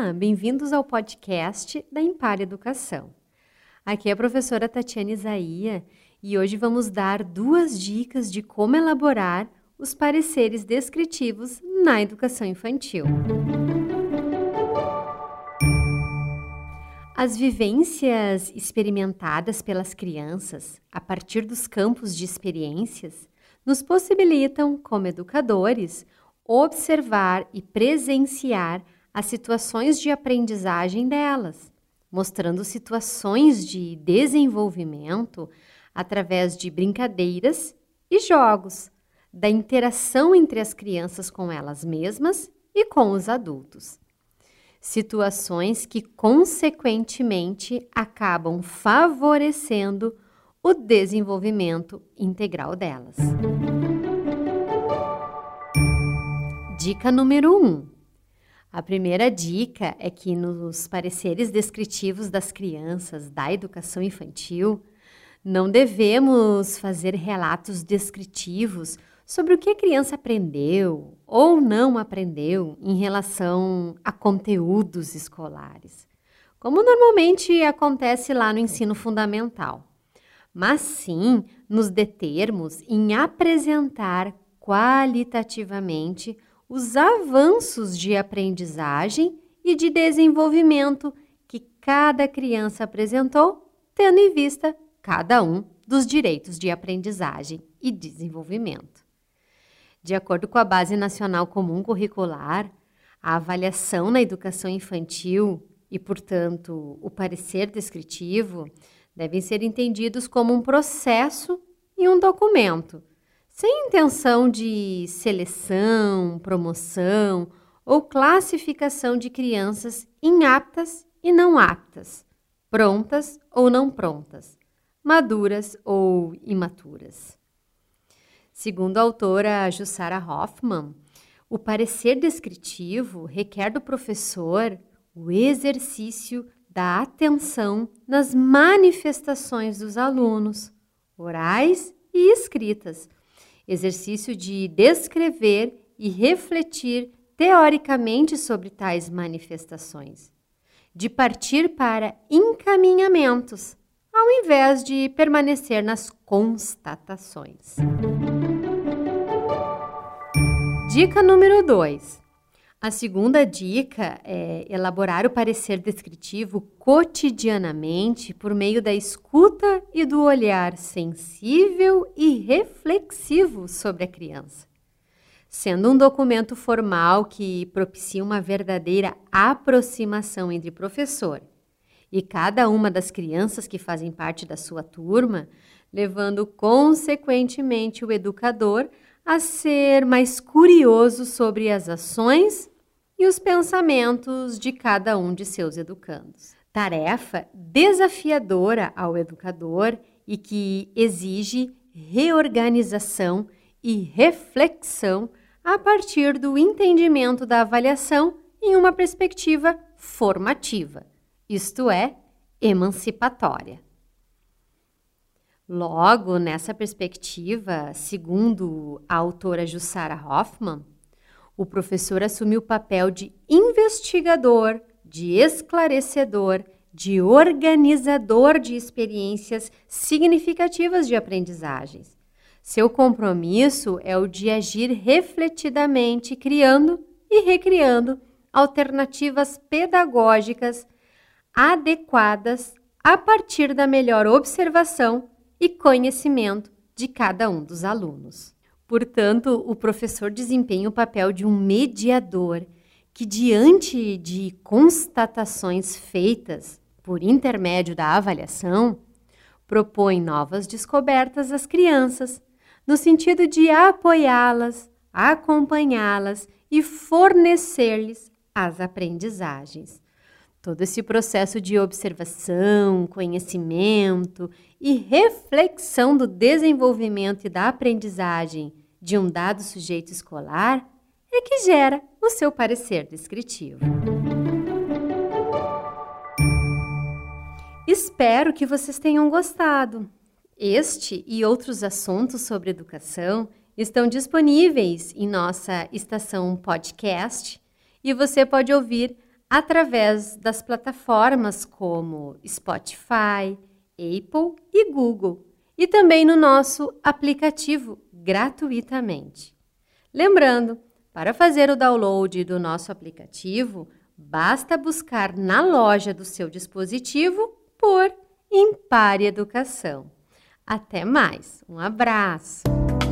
Olá, bem-vindos ao podcast da Impar Educação. Aqui é a professora Tatiana Isaia e hoje vamos dar 2 dicas de como elaborar os pareceres descritivos na educação infantil. As vivências experimentadas pelas crianças a partir dos campos de experiências nos possibilitam, como educadores, observar e presenciar as situações de aprendizagem delas, mostrando situações de desenvolvimento através de brincadeiras e jogos, da interação entre as crianças com elas mesmas e com os adultos. Situações que, consequentemente, acabam favorecendo o desenvolvimento integral delas. Dica número 1. A primeira dica é que nos pareceres descritivos das crianças da educação infantil, não devemos fazer relatos descritivos sobre o que a criança aprendeu ou não aprendeu em relação a conteúdos escolares, como normalmente acontece lá no ensino fundamental, mas sim nos determos em apresentar qualitativamente os avanços de aprendizagem e de desenvolvimento que cada criança apresentou, tendo em vista cada um dos direitos de aprendizagem e desenvolvimento. De acordo com a Base Nacional Comum Curricular, a avaliação na educação infantil e, portanto, o parecer descritivo devem ser entendidos como um processo e um documento, sem intenção de seleção, promoção ou classificação de crianças em aptas e não aptas, prontas ou não prontas, maduras ou imaturas. Segundo a autora Jussara Hoffmann, o parecer descritivo requer do professor o exercício da atenção nas manifestações dos alunos, orais e escritas, exercício de descrever e refletir teoricamente sobre tais manifestações, de partir para encaminhamentos, ao invés de permanecer nas constatações. Dica número 2. A segunda dica é elaborar o parecer descritivo cotidianamente por meio da escuta e do olhar sensível e reflexivo sobre a criança, sendo um documento formal que propicia uma verdadeira aproximação entre professor e cada uma das crianças que fazem parte da sua turma, levando consequentemente o educador a ser mais curioso sobre as ações e os pensamentos de cada um de seus educandos. Tarefa desafiadora ao educador e que exige reorganização e reflexão a partir do entendimento da avaliação em uma perspectiva formativa, isto é, emancipatória. Logo, nessa perspectiva, segundo a autora Jussara Hoffmann, o professor assume o papel de investigador, de esclarecedor, de organizador de experiências significativas de aprendizagens. Seu compromisso é o de agir refletidamente, criando e recriando alternativas pedagógicas adequadas a partir da melhor observação e conhecimento de cada um dos alunos. Portanto, o professor desempenha o papel de um mediador que, diante de constatações feitas por intermédio da avaliação, propõe novas descobertas às crianças, no sentido de apoiá-las, acompanhá-las e fornecer-lhes as aprendizagens. Todo esse processo de observação, conhecimento e reflexão do desenvolvimento e da aprendizagem de um dado sujeito escolar é que gera o seu parecer descritivo. Espero que vocês tenham gostado. Este e outros assuntos sobre educação estão disponíveis em nossa estação podcast e você pode ouvir através das plataformas como Spotify, Apple e Google, e também no nosso aplicativo gratuitamente. Lembrando, para fazer o download do nosso aplicativo, basta buscar na loja do seu dispositivo por Impare Educação. Até mais, um abraço!